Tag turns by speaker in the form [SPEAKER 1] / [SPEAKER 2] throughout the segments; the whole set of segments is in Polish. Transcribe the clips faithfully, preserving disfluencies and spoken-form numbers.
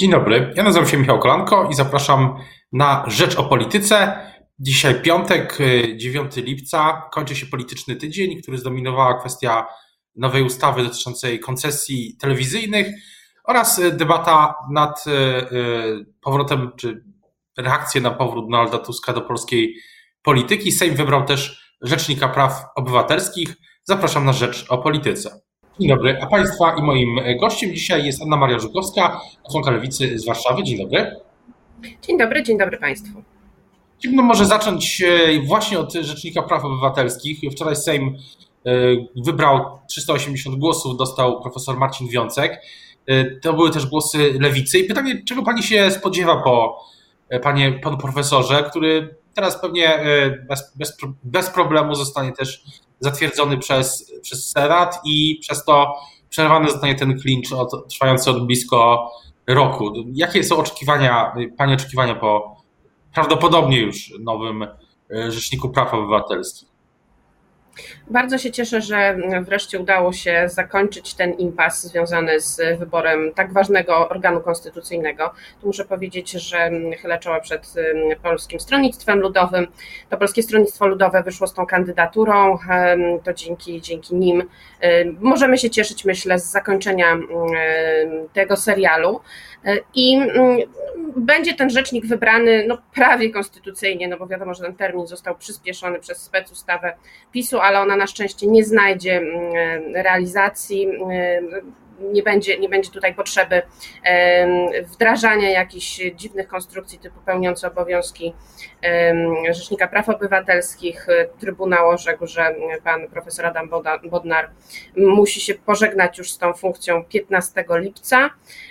[SPEAKER 1] Dzień dobry, ja nazywam się Michał Kolanko i zapraszam na Rzecz o Polityce. Dzisiaj piątek, dziewiątego lipca, kończy się polityczny tydzień, który zdominowała kwestia nowej ustawy dotyczącej koncesji telewizyjnych oraz debata nad powrotem, czy reakcje na powrót Donalda Tuska do polskiej polityki. Sejm wybrał też Rzecznika Praw Obywatelskich. Zapraszam na Rzecz o Polityce. Dzień dobry, a Państwa i moim gościem dzisiaj jest Anna Maria Żukowska, posłanka Lewicy z Warszawy. Dzień dobry.
[SPEAKER 2] Dzień dobry, dzień dobry Państwu.
[SPEAKER 1] Chciałbym może zacząć właśnie od Rzecznika Praw Obywatelskich. Wczoraj Sejm wybrał trzysta osiemdziesiąt głosów, dostał profesor Marcin Wiącek. To były też głosy Lewicy. I pytanie, czego Pani się spodziewa po panie, panu profesorze, który teraz pewnie bez, bez, bez problemu zostanie też zatwierdzony przez, przez Senat i przez to przerwany zostanie ten klincz od, trwający od blisko roku. Jakie są oczekiwania, Pani oczekiwania po prawdopodobnie już nowym Rzeczniku Praw Obywatelskich?
[SPEAKER 2] Bardzo się cieszę, że wreszcie udało się zakończyć ten impas związany z wyborem tak ważnego organu konstytucyjnego. Tu muszę powiedzieć, że chylę czoła przed Polskim Stronnictwem Ludowym. To Polskie Stronnictwo Ludowe wyszło z tą kandydaturą, to dzięki, dzięki nim możemy się cieszyć, myślę, z zakończenia tego serialu. I będzie ten rzecznik wybrany no, prawie konstytucyjnie, no bo wiadomo, że ten termin został przyspieszony przez specustawę PiSu, ale ona na szczęście nie znajdzie realizacji. Nie będzie, nie będzie tutaj potrzeby wdrażania jakichś dziwnych konstrukcji typu pełniący obowiązki Rzecznika Praw Obywatelskich. Trybunał orzekł, że pan profesor Adam Bodnar musi się pożegnać już z tą funkcją piętnastego lipca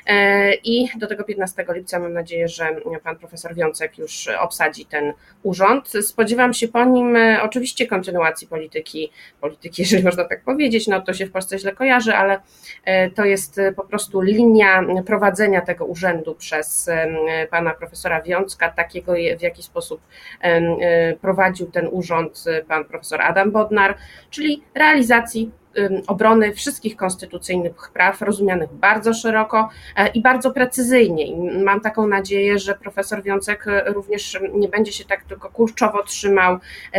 [SPEAKER 2] i do tego piętnastego lipca mam nadzieję, że pan profesor Wiącek już obsadzi ten urząd. Spodziewam się po nim oczywiście kontynuacji polityki, polityki, jeżeli można tak powiedzieć, no to się w Polsce źle kojarzy, ale to jest po prostu linia prowadzenia tego urzędu przez pana profesora Wiącka, takiego w jaki sposób prowadził ten urząd pan profesor Adam Bodnar, czyli realizacji obrony wszystkich konstytucyjnych praw, rozumianych bardzo szeroko i bardzo precyzyjnie. I mam taką nadzieję, że profesor Wiącek również nie będzie się tak tylko kurczowo trzymał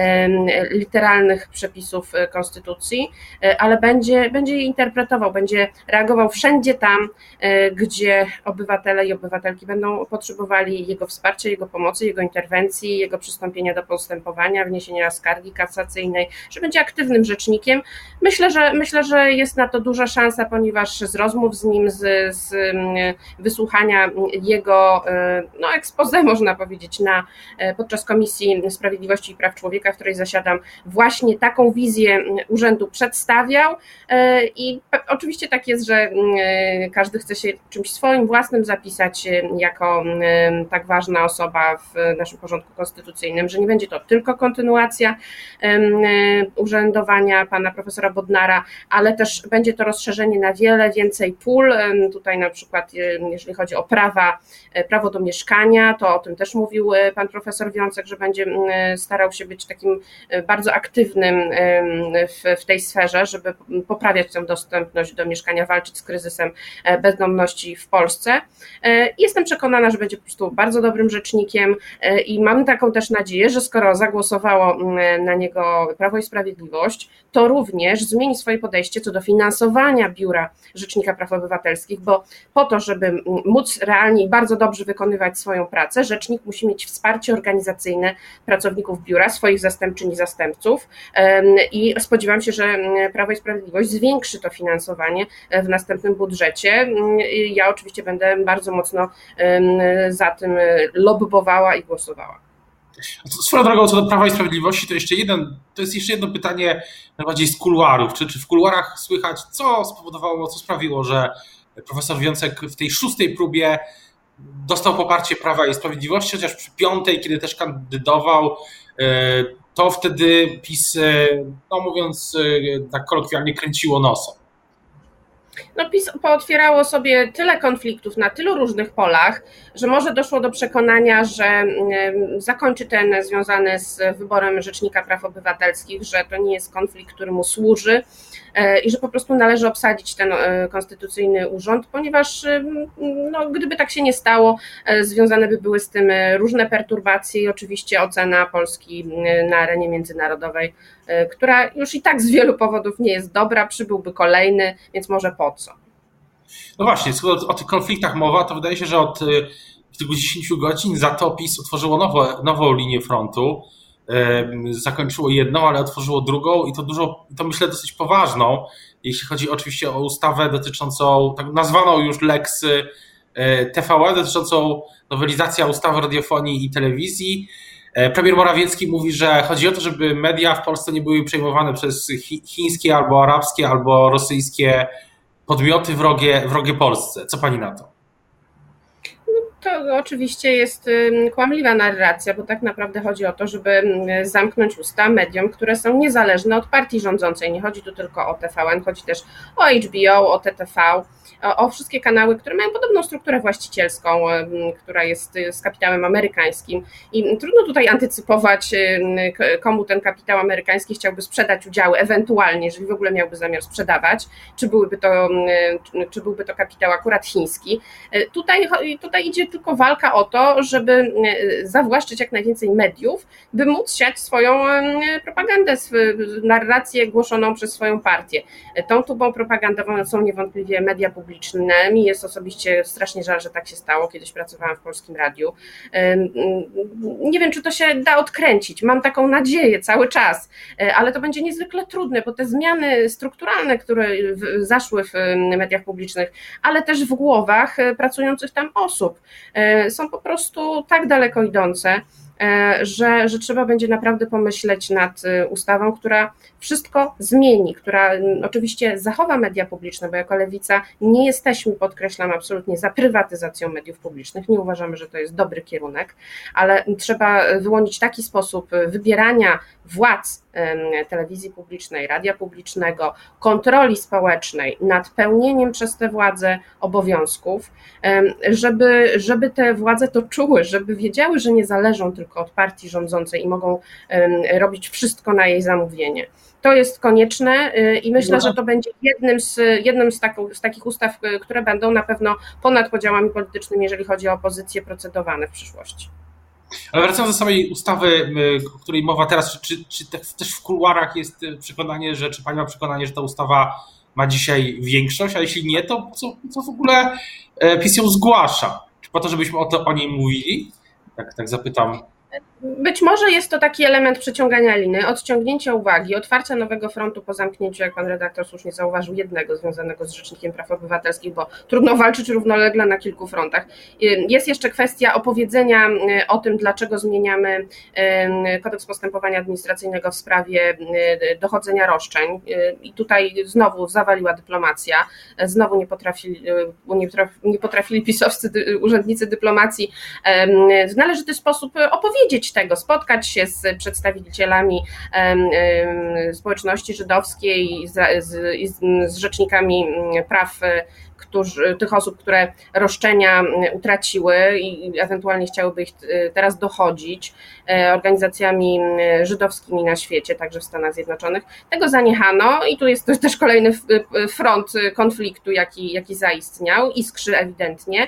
[SPEAKER 2] literalnych przepisów konstytucji, ale będzie, będzie je interpretował, będzie reagował wszędzie tam, gdzie obywatele i obywatelki będą potrzebowali jego wsparcia, jego pomocy, jego interwencji, jego przystąpienia do postępowania, wniesienia skargi kasacyjnej, że będzie aktywnym rzecznikiem. Myślę, że Myślę, że jest na to duża szansa, ponieważ z rozmów z nim, z, z wysłuchania jego no, expose, można powiedzieć, na, podczas Komisji Sprawiedliwości i Praw Człowieka, w której zasiadam, właśnie taką wizję urzędu przedstawiał i oczywiście tak jest, że każdy chce się czymś swoim własnym zapisać jako tak ważna osoba w naszym porządku konstytucyjnym, że nie będzie to tylko kontynuacja urzędowania pana profesora Bodnara, ale też będzie to rozszerzenie na wiele więcej pól. Tutaj na przykład jeżeli chodzi o prawa, prawo do mieszkania, to o tym też mówił pan profesor Wiącek, że będzie starał się być takim bardzo aktywnym w, w tej sferze, żeby poprawiać tę dostępność do mieszkania, walczyć z kryzysem bezdomności w Polsce. Jestem przekonana, że będzie po prostu bardzo dobrym rzecznikiem i mam taką też nadzieję, że skoro zagłosowało na niego Prawo i Sprawiedliwość, to również zmieni swoje podejście co do finansowania Biura Rzecznika Praw Obywatelskich, bo po to, żeby móc realnie i bardzo dobrze wykonywać swoją pracę, rzecznik musi mieć wsparcie organizacyjne pracowników biura, swoich zastępczyń i zastępców i spodziewam się, że Prawo i Sprawiedliwość zwiększy to finansowanie w następnym budżecie. Ja oczywiście będę bardzo mocno za tym lobbowała i głosowała.
[SPEAKER 1] Swoją drogą, co do Prawa i Sprawiedliwości, to jeszcze jeden, to jest jeszcze jedno pytanie najbardziej z kuluarów. Czy, czy w kuluarach słychać, co spowodowało, co sprawiło, że profesor Wiącek w tej szóstej próbie dostał poparcie Prawa i Sprawiedliwości, chociaż przy piątej, kiedy też kandydował, to wtedy PiS, no mówiąc tak kolokwialnie, kręciło nosem.
[SPEAKER 2] No PiS pootwierało sobie tyle konfliktów na tylu różnych polach, że może doszło do przekonania, że zakończy ten związany z wyborem Rzecznika Praw Obywatelskich, że to nie jest konflikt, który mu służy, i że po prostu należy obsadzić ten konstytucyjny urząd, ponieważ no, gdyby tak się nie stało, związane by były z tym różne perturbacje i oczywiście ocena Polski na arenie międzynarodowej, która już i tak z wielu powodów nie jest dobra, przybyłby kolejny, więc może po co?
[SPEAKER 1] No właśnie, skoro o tych konfliktach mowa, to wydaje się, że od tych dziesięciu godzin za to PiS otworzyło nowo, nową linię frontu. Zakończyło jedną, ale otworzyło drugą i to dużo, to myślę dosyć poważną, jeśli chodzi oczywiście o ustawę dotyczącą, tak nazwaną już Lex T V N, dotyczącą nowelizacji ustawy o radiofonii i telewizji. Premier Morawiecki mówi, że chodzi o to, żeby media w Polsce nie były przejmowane przez chińskie albo arabskie albo rosyjskie podmioty wrogie, wrogie Polsce. Co pani na to?
[SPEAKER 2] To oczywiście jest kłamliwa narracja, bo tak naprawdę chodzi o to, żeby zamknąć usta mediom, które są niezależne od partii rządzącej. Nie chodzi tu tylko o T V N, chodzi też o H B O, o T T V, o, o wszystkie kanały, które mają podobną strukturę właścicielską, która jest z kapitałem amerykańskim. I trudno tutaj antycypować, komu ten kapitał amerykański chciałby sprzedać udziały, ewentualnie, jeżeli w ogóle miałby zamiar sprzedawać, czy byłby to, czy byłby to kapitał akurat chiński. Tutaj, tutaj idzie tylko walka o to, żeby zawłaszczyć jak najwięcej mediów, by móc siać swoją propagandę, narrację głoszoną przez swoją partię. Tą tubą propagandową są niewątpliwie media publiczne. Mi jest osobiście strasznie żal, że tak się stało. Kiedyś pracowałam w Polskim Radiu. Nie wiem, czy to się da odkręcić. Mam taką nadzieję cały czas, ale to będzie niezwykle trudne, bo te zmiany strukturalne, które zaszły w mediach publicznych, ale też w głowach pracujących tam osób, są po prostu tak daleko idące, że, że trzeba będzie naprawdę pomyśleć nad ustawą, która wszystko zmieni, która oczywiście zachowa media publiczne, bo jako Lewica nie jesteśmy, podkreślam, absolutnie za prywatyzacją mediów publicznych, nie uważamy, że to jest dobry kierunek, ale trzeba wyłonić taki sposób wybierania władz telewizji publicznej, radia publicznego, kontroli społecznej nad pełnieniem przez te władze obowiązków, żeby, żeby te władze to czuły, żeby wiedziały, że nie zależą tylko od partii rządzącej i mogą robić wszystko na jej zamówienie. To jest konieczne i myślę, że to będzie jednym z, jednym z, tak, z takich ustaw, które będą na pewno ponad podziałami politycznymi, jeżeli chodzi o opozycję, procedowane w przyszłości.
[SPEAKER 1] Ale wracając do samej ustawy, o której mowa teraz, czy, czy też w kuluarach jest przekonanie, że, czy pani ma przekonanie, że ta ustawa ma dzisiaj większość, a jeśli nie, to co, co w ogóle PiS ją zgłasza? Czy po to, żebyśmy o, to, o niej mówili? Tak, tak zapytam.
[SPEAKER 2] Być może jest to taki element przeciągania liny, odciągnięcia uwagi, otwarcia nowego frontu po zamknięciu, jak pan redaktor słusznie zauważył, jednego związanego z Rzecznikiem Praw Obywatelskich, bo trudno walczyć równolegle na kilku frontach. Jest jeszcze kwestia opowiedzenia o tym, dlaczego zmieniamy kodeks postępowania administracyjnego w sprawie dochodzenia roszczeń i tutaj znowu zawaliła dyplomacja, znowu nie potrafili, nie potrafili pisowscy urzędnicy dyplomacji w należyty sposób opowiedzieć tego, spotkać się z przedstawicielami społeczności żydowskiej i z, z, z rzecznikami praw którzy, tych osób, które roszczenia utraciły i ewentualnie chciałyby ich teraz dochodzić, organizacjami żydowskimi na świecie, także w Stanach Zjednoczonych. Tego zaniechano i tu jest też kolejny front konfliktu, jaki, jaki zaistniał, iskrzy ewidentnie.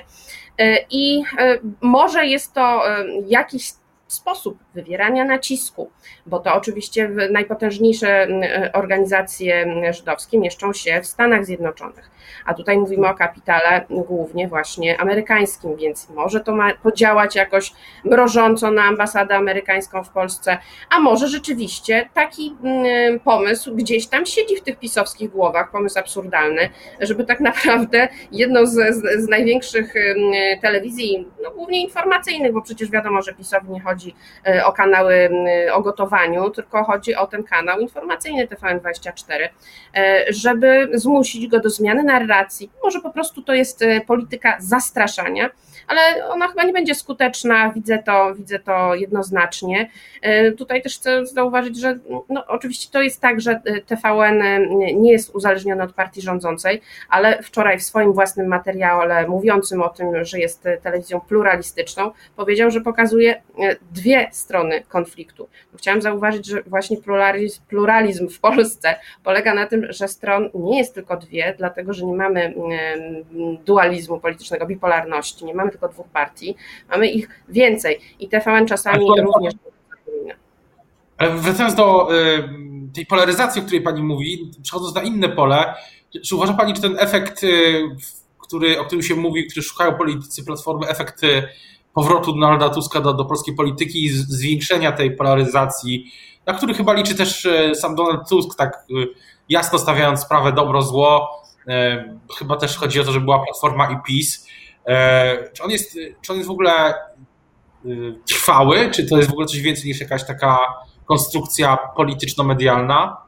[SPEAKER 2] I może jest to jakiś sposób wywierania nacisku, bo to oczywiście najpotężniejsze organizacje żydowskie mieszczą się w Stanach Zjednoczonych, a tutaj mówimy o kapitale głównie właśnie amerykańskim, więc może to ma podziałać jakoś mrożąco na ambasadę amerykańską w Polsce, a może rzeczywiście taki pomysł gdzieś tam siedzi w tych pisowskich głowach, pomysł absurdalny, żeby tak naprawdę jedną z, z, z największych telewizji, no głównie informacyjnych, bo przecież wiadomo, że PiS-owi nie chodzi o kanały o gotowaniu, tylko chodzi o ten kanał informacyjny T V N dwadzieścia cztery, żeby zmusić go do zmiany narracji, narracji. Może po prostu to jest polityka zastraszania, ale ona chyba nie będzie skuteczna, widzę to, widzę to jednoznacznie. Tutaj też chcę zauważyć, że no, oczywiście to jest tak, że T V N nie jest uzależniony od partii rządzącej, ale wczoraj w swoim własnym materiale mówiącym o tym, że jest telewizją pluralistyczną, powiedział, że pokazuje dwie strony konfliktu. Chciałam zauważyć, że właśnie pluralizm, pluralizm w Polsce polega na tym, że stron nie jest tylko dwie, dlatego że nie mamy dualizmu politycznego, bipolarności, nie mamy tylko dwóch partii, mamy ich więcej i T V N czasami ale również zapomina.
[SPEAKER 1] Ale wracając do y, tej polaryzacji, o której pani mówi, przechodząc na inne pole, czy uważa pani, że ten efekt, y, który, o którym się mówi, który szukają politycy Platformy, efekt y, powrotu Donalda Tuska do, do polskiej polityki i zwiększenia tej polaryzacji, na który chyba liczy też y, sam Donald Tusk, tak y, jasno stawiając sprawę dobro-zło, y, chyba też chodzi o to, że była Platforma i PiS. Czy on jest, czy on jest w ogóle trwały, czy to jest w ogóle coś więcej niż jakaś taka konstrukcja polityczno-medialna?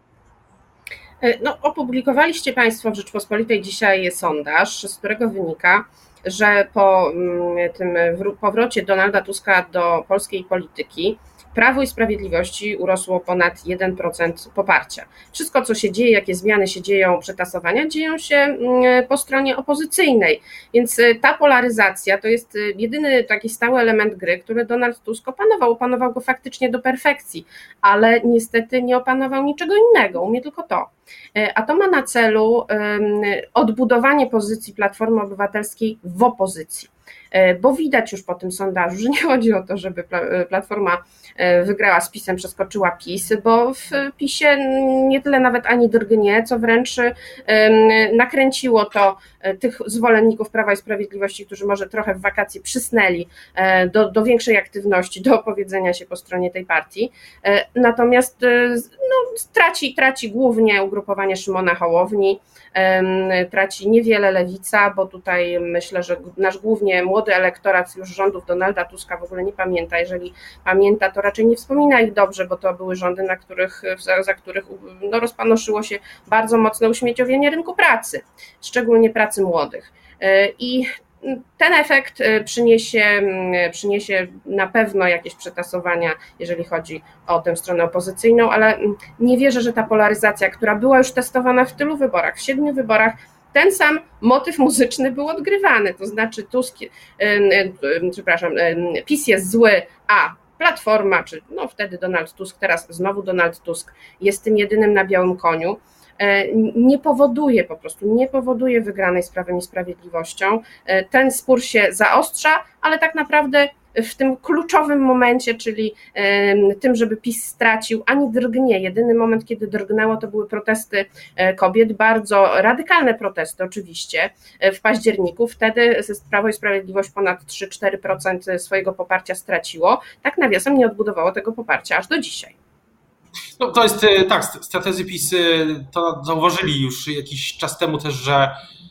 [SPEAKER 2] No, opublikowaliście Państwo w Rzeczpospolitej dzisiaj sondaż, z którego wynika, że po tym powrocie Donalda Tuska do polskiej polityki Prawu i Sprawiedliwości urosło ponad jeden procent poparcia. Wszystko, co się dzieje, jakie zmiany się dzieją, przetasowania, dzieją się po stronie opozycyjnej. Więc ta polaryzacja to jest jedyny taki stały element gry, który Donald Tusk opanował. Opanował go faktycznie do perfekcji, ale niestety nie opanował niczego innego, umie tylko to. A to ma na celu odbudowanie pozycji Platformy Obywatelskiej w opozycji. Bo widać już po tym sondażu, że nie chodzi o to, żeby Platforma wygrała z PiS-em, przeskoczyła PiS, bo w PiS-ie nie tyle nawet ani drgnie, co wręcz nakręciło to tych zwolenników Prawa i Sprawiedliwości, którzy może trochę w wakacje przysnęli do, do większej aktywności, do opowiedzenia się po stronie tej partii. Natomiast no, traci, traci głównie ugrupowanie Szymona Hołowni, traci niewiele Lewica, bo tutaj myślę, że nasz głównie młody elektorat już rządów Donalda Tuska w ogóle nie pamięta. Jeżeli pamięta, to raczej nie wspomina ich dobrze, bo to były rządy, na których, za, za których no, rozpanoszyło się bardzo mocne uśmieciowienie rynku pracy, szczególnie pracy młodych. I ten efekt przyniesie, przyniesie na pewno jakieś przetasowania, jeżeli chodzi o tę stronę opozycyjną, ale nie wierzę, że ta polaryzacja, która była już testowana w tylu wyborach, w siedmiu wyborach, ten sam motyw muzyczny był odgrywany, to znaczy Tusk, przepraszam, PiS jest zły, a Platforma, czy no wtedy Donald Tusk, teraz znowu Donald Tusk jest tym jedynym na białym koniu, nie powoduje po prostu, nie powoduje wygranej z Prawem i Sprawiedliwością. Ten spór się zaostrza, ale tak naprawdę w tym kluczowym momencie, czyli tym, żeby PiS stracił, ani drgnie. Jedyny moment, kiedy drgnęło, to były protesty kobiet, bardzo radykalne protesty oczywiście w październiku. Wtedy Prawo i Sprawiedliwość ponad trzy cztery procent swojego poparcia straciło. Tak nawiasem nie odbudowało tego poparcia aż do dzisiaj.
[SPEAKER 1] No to jest tak, strategzy PiS to zauważyli już jakiś czas temu też, że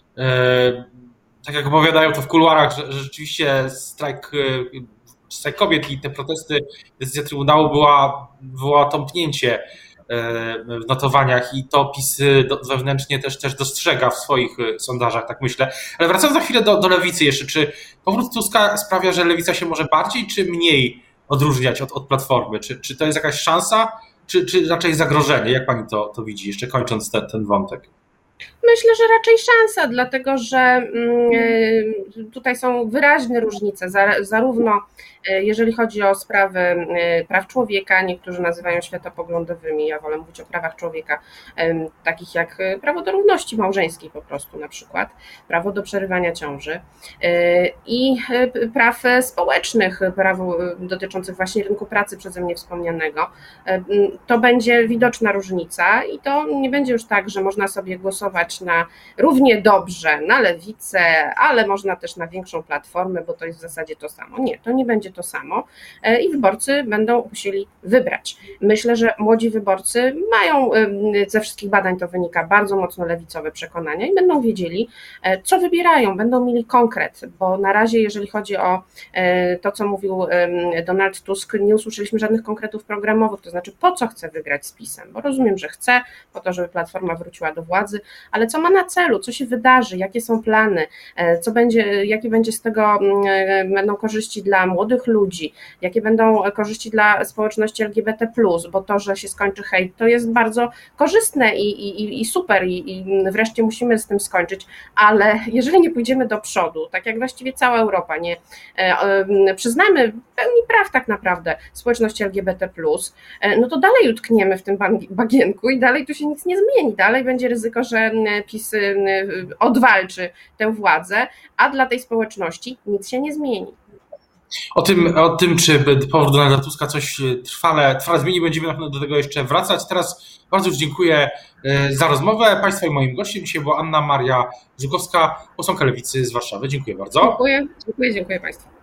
[SPEAKER 1] tak jak opowiadają to w kuluarach, że, że rzeczywiście strajk, strajk kobiet i te protesty, decyzja Trybunału była, była tąpnięcie w notowaniach i to PiS wewnętrznie też, też dostrzega w swoich sondażach, tak myślę. Ale wracając za chwilę do, do Lewicy jeszcze, czy powrót Tuska sprawia, że Lewica się może bardziej czy mniej odróżniać od, od Platformy? Czy, czy to jest jakaś szansa? Czy, czy raczej zagrożenie? Jak pani to, to widzi, jeszcze kończąc te, ten wątek?
[SPEAKER 2] Myślę, że raczej szansa, dlatego że tutaj są wyraźne różnice, zarówno jeżeli chodzi o sprawy praw człowieka, niektórzy nazywają światopoglądowymi, ja wolę mówić o prawach człowieka, takich jak prawo do równości małżeńskiej po prostu na przykład, prawo do przerywania ciąży i praw społecznych, praw dotyczących właśnie rynku pracy przeze mnie wspomnianego. To będzie widoczna różnica i to nie będzie już tak, że można sobie głosować na równie dobrze na Lewicę, ale można też na większą Platformę, bo to jest w zasadzie to samo. Nie, to nie będzie to samo i wyborcy będą musieli wybrać. Myślę, że młodzi wyborcy mają, ze wszystkich badań to wynika, bardzo mocno lewicowe przekonania i będą wiedzieli, co wybierają, będą mieli konkret, bo na razie, jeżeli chodzi o to, co mówił Donald Tusk, nie usłyszeliśmy żadnych konkretów programowych, to znaczy po co chce wygrać z PiS-em, bo rozumiem, że chce, po to, żeby Platforma wróciła do władzy, ale co ma na celu, co się wydarzy, jakie są plany, co będzie, jakie będzie z tego, będą korzyści dla młodych ludzi, jakie będą korzyści dla społeczności L G B T plus, bo to, że się skończy hejt, to jest bardzo korzystne i, i, i super i, i wreszcie musimy z tym skończyć, ale jeżeli nie pójdziemy do przodu, tak jak właściwie cała Europa, nie przyznamy pełni praw tak naprawdę społeczności L G B T plus, no to dalej utkniemy w tym bagienku i dalej tu się nic nie zmieni, dalej będzie ryzyko, że PiS odwalczy tę władzę, a dla tej społeczności nic się nie zmieni.
[SPEAKER 1] O tym, o tym, czy powrót Donalda Tuska coś trwale, trwale zmieni, będziemy na pewno do tego jeszcze wracać. Teraz bardzo już dziękuję za rozmowę Państwa i moim gościem dzisiaj była Anna Maria Żukowska, posłanka Lewicy z Warszawy. Dziękuję bardzo.
[SPEAKER 2] Dziękuję, dziękuję, dziękuję Państwu.